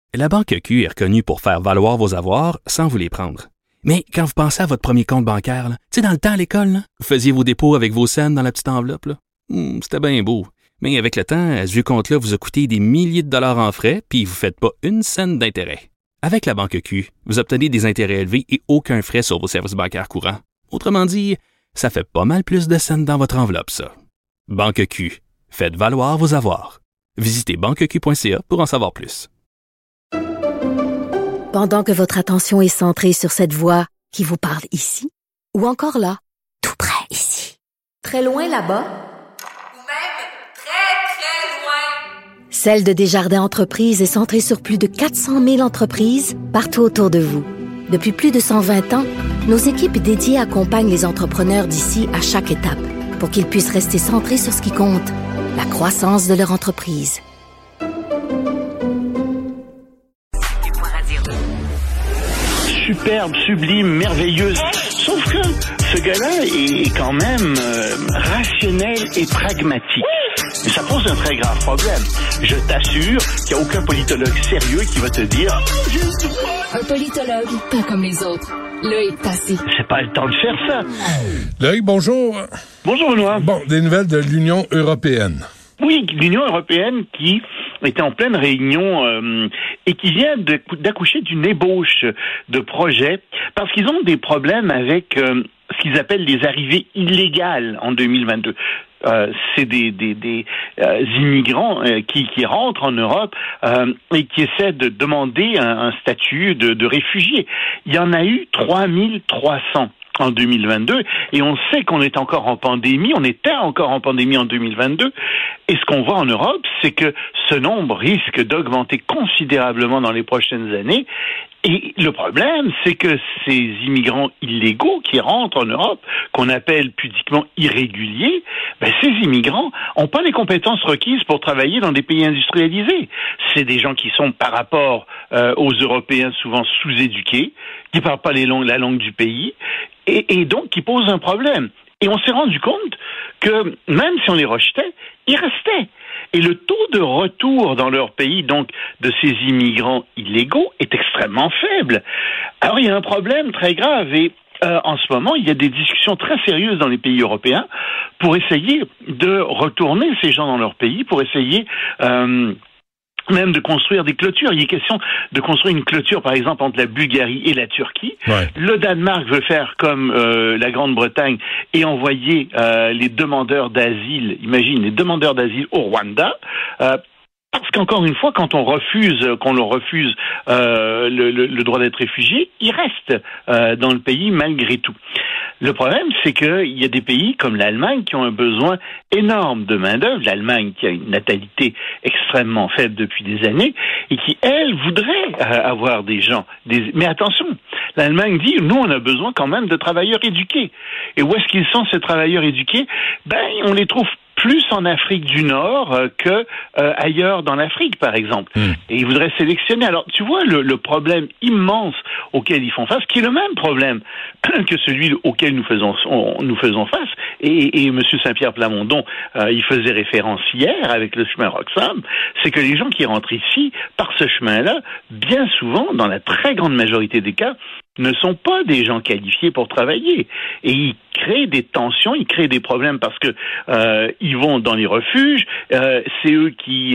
La Banque Q est reconnue pour faire valoir vos avoirs sans vous les prendre. Mais quand vous pensez à votre premier compte bancaire, tu sais, dans le temps à l'école, là, vous faisiez vos dépôts avec vos scènes dans la petite enveloppe. Là. C'était bien beau. Mais avec le temps, ce vieux compte-là vous a coûté des milliers de dollars en frais, puis vous ne faites pas une scène d'intérêt. Avec la Banque Q, vous obtenez des intérêts élevés et aucun frais sur vos services bancaires courants. Autrement dit, ça fait pas mal plus de scènes dans votre enveloppe, ça. Banque Q. Faites valoir vos avoirs. Visitez banqueq.ca pour en savoir plus. Pendant que votre attention est centrée sur cette voix qui vous parle ici, ou encore là, tout près ici, très loin là-bas, ou même très, très loin, Celle de Desjardins Entreprises est centrée sur plus de 400 000 entreprises partout autour de vous. Depuis plus de 120 ans, nos équipes dédiées accompagnent les entrepreneurs d'ici à chaque étape pour qu'ils puissent rester centrés sur ce qui compte, la croissance de leur entreprise. Superbe, sublime, merveilleuse. Sauf que ce gars-là est quand même rationnel et pragmatique. Et ça pose un très grave problème. Je t'assure qu'il n'y a aucun politologue sérieux qui va te dire « Un politologue, pas comme les autres. Loïc Tassé. C'est pas le temps de faire ça. » Loïc, bonjour. Bonjour, Benoît. Bon, des nouvelles de l'Union européenne. Oui, l'Union européenne qui était en pleine réunion et qui vient d'accoucher d'une ébauche de projet parce qu'ils ont des problèmes avec ce qu'ils appellent les arrivées illégales en 2022. C'est des immigrants qui rentrent en Europe et qui essaient de demander un statut de réfugié. Il y en a eu 3300 en 2022, et on sait qu'on est encore en pandémie, on était encore en pandémie en 2022, et ce qu'on voit en Europe, c'est que ce nombre risque d'augmenter considérablement dans les prochaines années, et le problème, c'est que ces immigrants illégaux qui rentrent en Europe, qu'on appelle pudiquement irréguliers, ces immigrants n'ont pas les compétences requises pour travailler dans des pays industrialisés. C'est des gens qui sont, par rapport aux Européens, souvent sous-éduqués, qui ne parlent pas la langue du pays, et donc qui posent un problème. Et on s'est rendu compte que même si on les rejetait, ils restaient. Et le taux de retour dans leur pays, donc, de ces immigrants illégaux est extrêmement faible. Alors, il y a un problème très grave et en ce moment, il y a des discussions très sérieuses dans les pays européens pour essayer de retourner ces gens dans leur pays, pour essayer même de construire des clôtures. Il est question de construire une clôture, par exemple, entre la Bulgarie et la Turquie. Ouais. Le Danemark veut faire comme la Grande-Bretagne et envoyer les demandeurs d'asile, imagine, les demandeurs d'asile au Rwanda. Parce qu'encore une fois, quand on leur refuse le droit d'être réfugié, ils restent dans le pays malgré tout. Le problème, c'est qu'il y a des pays comme l'Allemagne qui ont un besoin énorme de main-d'œuvre. L'Allemagne qui a une natalité extrêmement faible depuis des années et qui, elle, voudrait avoir des gens. Mais attention, l'Allemagne dit, nous, on a besoin quand même de travailleurs éduqués. Et où est-ce qu'ils sont, ces travailleurs éduqués? On les trouve plus en Afrique du Nord que ailleurs dans l'Afrique, par exemple. Et ils voudraient sélectionner. Alors, tu vois le problème immense auquel ils font face, qui est le même problème que celui auquel nous faisons face. Et M. Saint-Pierre Plamondon, il faisait référence hier avec le chemin Roxham, c'est que les gens qui rentrent ici, par ce chemin-là, bien souvent, dans la très grande majorité des cas, ne sont pas des gens qualifiés pour travailler. Et ils créent des tensions, ils créent des problèmes parce que ils vont dans les refuges, c'est eux qui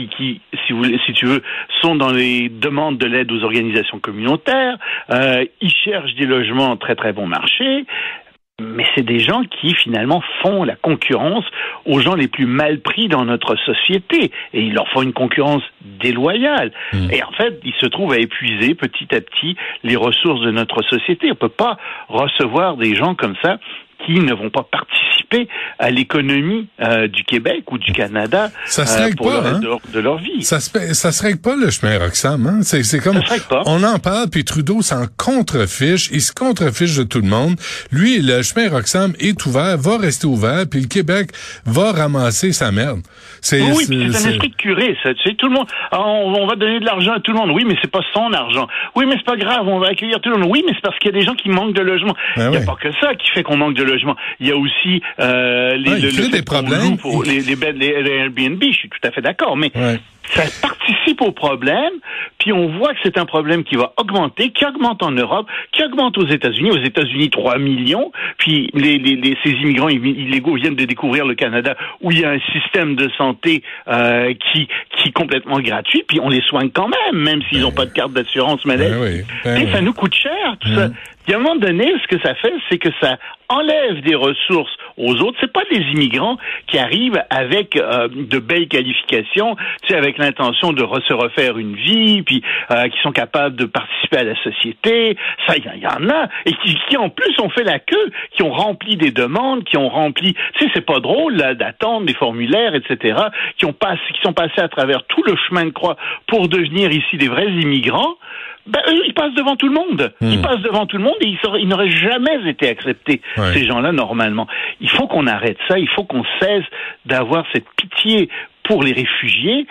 si tu veux, sont dans les demandes de l'aide aux organisations communautaires, ils cherchent des logements très très bon marché. Mais c'est des gens qui, finalement, font la concurrence aux gens les plus mal pris dans notre société. Et ils leur font une concurrence déloyale. Et en fait, ils se trouvent à épuiser petit à petit les ressources de notre société. On ne peut pas recevoir des gens comme ça qui ne vont pas participer à l'économie du Québec ou du Canada pour le reste de leur vie. Ça se règle pas le chemin Roxham, hein? C'est comme, on en parle, puis Trudeau s'en contrefiche, il se contrefiche de tout le monde. Lui, le chemin Roxham est ouvert, va rester ouvert, puis le Québec va ramasser sa merde. C'est un esprit de curé, ça. Tu sais, tout le monde, on va donner de l'argent à tout le monde. Oui, mais c'est pas son argent. Oui, mais c'est pas grave, on va accueillir tout le monde. Oui, mais c'est parce qu'il y a des gens qui manquent de logement. Il n'y a pas que ça qui fait qu'on manque de logement. Il y a aussi il crée des problèmes. Pour les Airbnb, je suis tout à fait d'accord, mais ça participe au problème, puis on voit que c'est un problème qui va augmenter, qui augmente en Europe, qui augmente aux États-Unis. Aux États-Unis, 3 millions, puis ces immigrants illégaux viennent de découvrir le Canada, où il y a un système de santé qui est complètement gratuit, puis on les soigne quand même s'ils n'ont pas de carte d'assurance maladie. Ça nous coûte cher, tout ça. Puis à un moment donné, ce que ça fait, c'est que ça enlève des ressources aux autres. C'est pas des immigrants qui arrivent avec de belles qualifications, tu sais, avec l'intention de se refaire une vie, puis qui sont capables de participer à la société. Ça, il y en a, et qui en plus ont fait la queue, qui ont rempli des demandes, qui ont rempli. Tu sais, c'est pas drôle là d'attendre des formulaires, etc. Qui sont passés à travers tout le chemin de croix pour devenir ici des vrais immigrants. Eux, ils passent devant tout le monde. Ils passent devant tout le monde et ils n'auraient jamais été acceptés, ces gens-là, normalement. Il faut qu'on arrête ça. Il faut qu'on cesse d'avoir cette pitié pour les réfugiés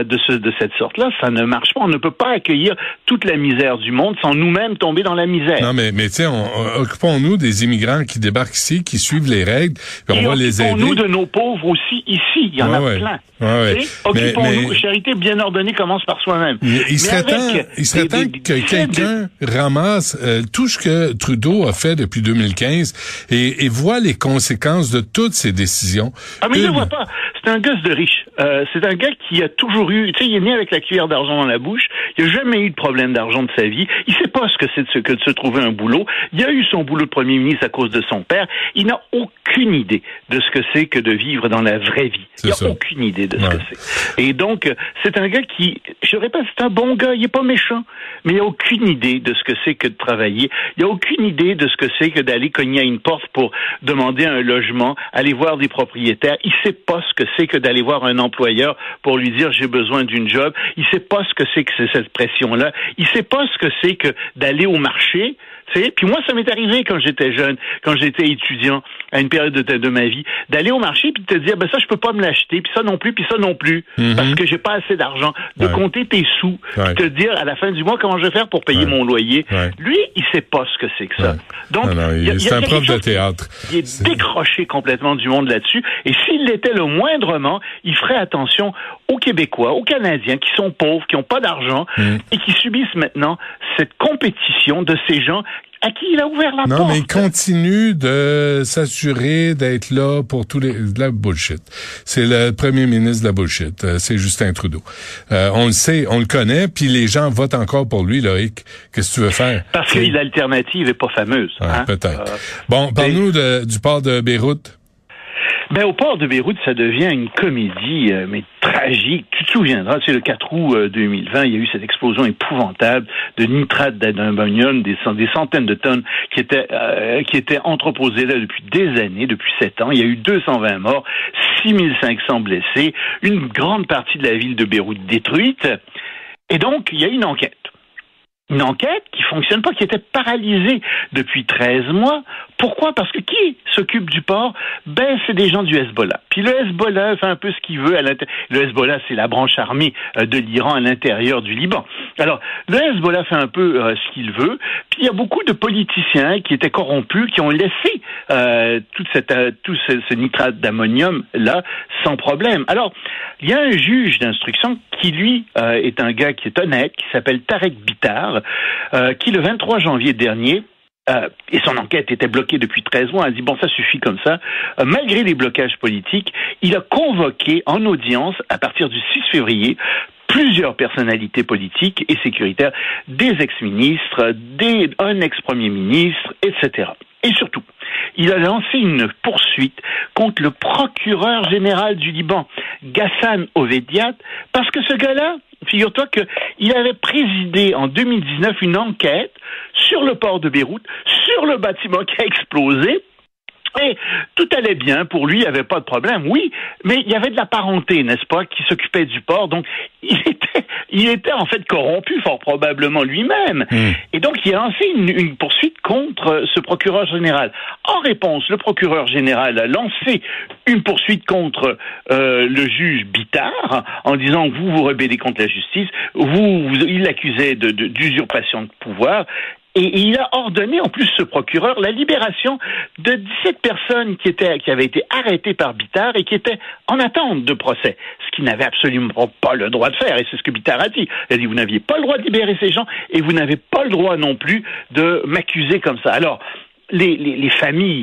de cette sorte-là. Ça ne marche pas. On ne peut pas accueillir toute la misère du monde sans nous-mêmes tomber dans la misère. Non, mais tu sais, occupons-nous des immigrants qui débarquent ici, qui suivent les règles, puis on va les aider. Occupons-nous de nos pauvres aussi ici. Il y en a plein. Occupons-nous. Charité bien ordonnée commence par soi-même. Il serait temps que quelqu'un ramasse tout ce que Trudeau a fait depuis 2015 et voit les conséquences de toutes ces décisions. Ah, mais il ne voit pas. C'est un gosse de riche. C'est un gars qui a toujours eu, tu sais, il est né avec la cuillère d'argent dans la bouche. Il n'a jamais eu de problème d'argent de sa vie. Il sait pas ce que c'est que de se trouver un boulot. Il a eu son boulot de premier ministre à cause de son père. Il n'a aucune idée de ce que c'est que de vivre dans la vraie vie. Il n'a aucune idée de ce que c'est. Et donc, c'est un gars qui, je répète, c'est un bon gars. Il est pas méchant. Mais il n'a aucune idée de ce que c'est que de travailler. Il n'a aucune idée de ce que c'est que d'aller cogner à une porte pour demander un logement, aller voir des propriétaires. Il sait pas ce que c'est que d'aller voir un employeur pour lui dire j'ai besoin d'une job. Il sait pas ce que c'est cette pression-là. Il sait pas ce que c'est que d'aller au marché. Puis moi, ça m'est arrivé quand j'étais jeune, quand j'étais étudiant, à une période de ma vie, d'aller au marché puis de te dire, ça, je peux pas me l'acheter, puis ça non plus, parce que j'ai pas assez d'argent, de compter tes sous, puis te dire à la fin du mois comment je vais faire pour payer mon loyer. Lui, il sait pas ce que c'est que ça. Donc, c'est un prof de théâtre. Il est décroché complètement du monde là-dessus, et s'il l'était le moindrement, il ferait attention aux Québécois, aux Canadiens qui sont pauvres, qui ont pas d'argent, et qui subissent maintenant cette compétition de ces gens à qui il a ouvert la porte. Non, mais il continue de s'assurer d'être là pour tous de la bullshit. C'est le premier ministre de la bullshit. C'est Justin Trudeau. On le sait, on le connaît, puis les gens votent encore pour lui, Loïc. Qu'est-ce que tu veux faire? Parce que l'alternative est pas fameuse. Peut-être. Bon, parle-nous du port de Beyrouth. Au port de Beyrouth, ça devient une comédie, mais tragique. Tu te souviendras, c'est le 4 août 2020, il y a eu cette explosion épouvantable de nitrate d'ammonium, des centaines de tonnes qui étaient entreposées là depuis des années, depuis 7 ans. Il y a eu 220 morts, 6500 blessés, une grande partie de la ville de Beyrouth détruite. Et donc, il y a une enquête. Une enquête qui fonctionne pas, qui était paralysée depuis 13 mois. Pourquoi? Parce que qui s'occupe du port? C'est des gens du Hezbollah. Puis le Hezbollah fait un peu ce qu'il veut à l'intérieur. Le Hezbollah, c'est la branche armée de l'Iran à l'intérieur du Liban. Alors, le Hezbollah fait un peu ce qu'il veut. Puis il y a beaucoup de politiciens qui étaient corrompus, qui ont laissé tout ce nitrate d'ammonium là sans problème. Alors, il y a un juge d'instruction qui, lui, est un gars qui est honnête, qui s'appelle Tarek Bitar, qui, le 23 janvier dernier, et son enquête était bloquée depuis 13 mois, a dit, ça suffit comme ça. Malgré les blocages politiques, il a convoqué en audience, à partir du 6 février, plusieurs personnalités politiques et sécuritaires, des ex-ministres, un ex-premier ministre, etc. Et surtout, il a lancé une poursuite contre le procureur général du Liban, Ghassan Ovediat, parce que ce gars-là, figure-toi qu'il avait présidé en 2019 une enquête sur le port de Beyrouth, sur le bâtiment qui a explosé, et tout allait bien, pour lui, il n'y avait pas de problème, oui, mais il y avait de la parenté, n'est-ce pas, qui s'occupait du port, donc il était en fait corrompu, fort probablement lui-même. Et donc, il a lancé une poursuite contre ce procureur général. En réponse, le procureur général a lancé une poursuite contre le juge Bitar, en disant que vous rebellez contre la justice, il l'accusait d'usurpation de pouvoir, Et il a ordonné, en plus, ce procureur, la libération de 17 personnes qui avaient été arrêtées par Bittard et qui étaient en attente de procès, ce qu'il n'avait absolument pas le droit de faire. Et c'est ce que Bittard a dit. Il a dit, vous n'aviez pas le droit de libérer ces gens et vous n'avez pas le droit non plus de m'accuser comme ça. Alors, les familles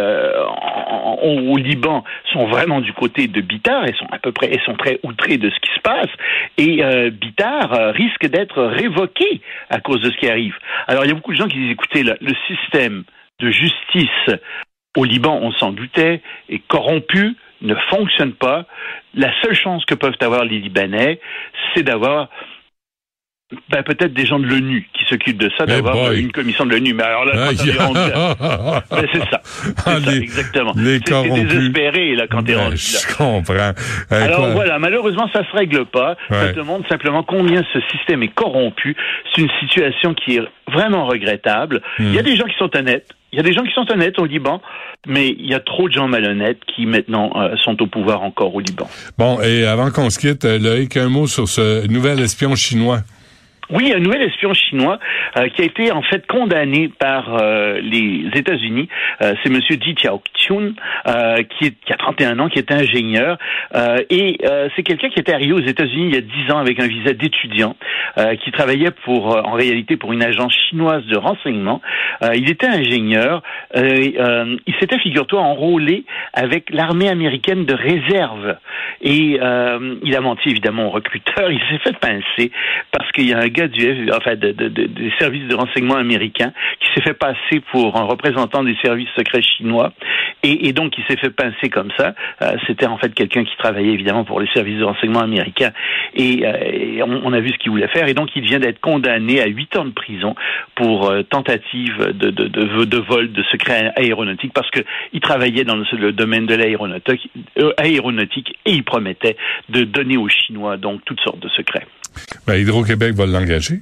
au Liban sont vraiment du côté de Bittard et sont très outrées de ce qui se passe. Et Bittard risque d'être révoqué à cause de ce qui arrive. Alors il y a beaucoup de gens qui disent, écoutez, le système de justice au Liban, on s'en doutait, est corrompu, ne fonctionne pas. La seule chance que peuvent avoir les Libanais, c'est d'avoir peut-être des gens de l'ONU qui s'occupent de ça, d'avoir une commission de l'ONU. Mais alors là, quand t'es rendu c'est ça. C'est ça, exactement. C'est désespéré, là, quand t'es rendu là. Je comprends. Alors voilà, malheureusement, ça se règle pas. Ça te montre simplement combien ce système est corrompu. C'est une situation qui est vraiment regrettable. Il y a des gens qui sont honnêtes. Il y a des gens qui sont honnêtes au Liban, mais il y a trop de gens malhonnêtes qui maintenant sont au pouvoir encore au Liban. Bon, et avant qu'on se quitte, Loïc, un mot sur ce nouvel espion chinois. Oui, un nouvel espion chinois qui a été en fait condamné par les États-Unis. C'est Monsieur Ji Xiaoqun qui a 31 ans, qui est ingénieur et c'est quelqu'un qui était arrivé aux États-Unis il y a 10 ans avec un visa d'étudiant, qui travaillait en réalité pour une agence chinoise de renseignement. Il était ingénieur. Il s'était, figure-toi, enrôlé avec l'armée américaine de réserve et il a menti évidemment au recruteur. Il s'est fait pincer parce qu'il y a un gars des services de renseignement américains qui s'est fait passer pour un représentant des services secrets chinois et donc il s'est fait pincer comme ça. C'était en fait quelqu'un qui travaillait évidemment pour les services de renseignement américains et on a vu ce qu'il voulait faire et donc il vient d'être condamné à 8 ans de prison pour tentative de vol de secrets aéronautiques parce que il travaillait dans le domaine de l'aéronautique et il promettait de donner aux Chinois donc toutes sortes de secrets. Hydro-Québec va l'engager.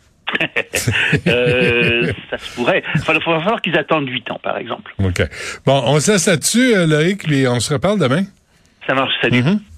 Ça se pourrait. Il va falloir qu'ils attendent 8 ans, par exemple. OK. Bon, on se laisse là-dessus, Loïc, puis on se reparle demain. Ça marche, salut.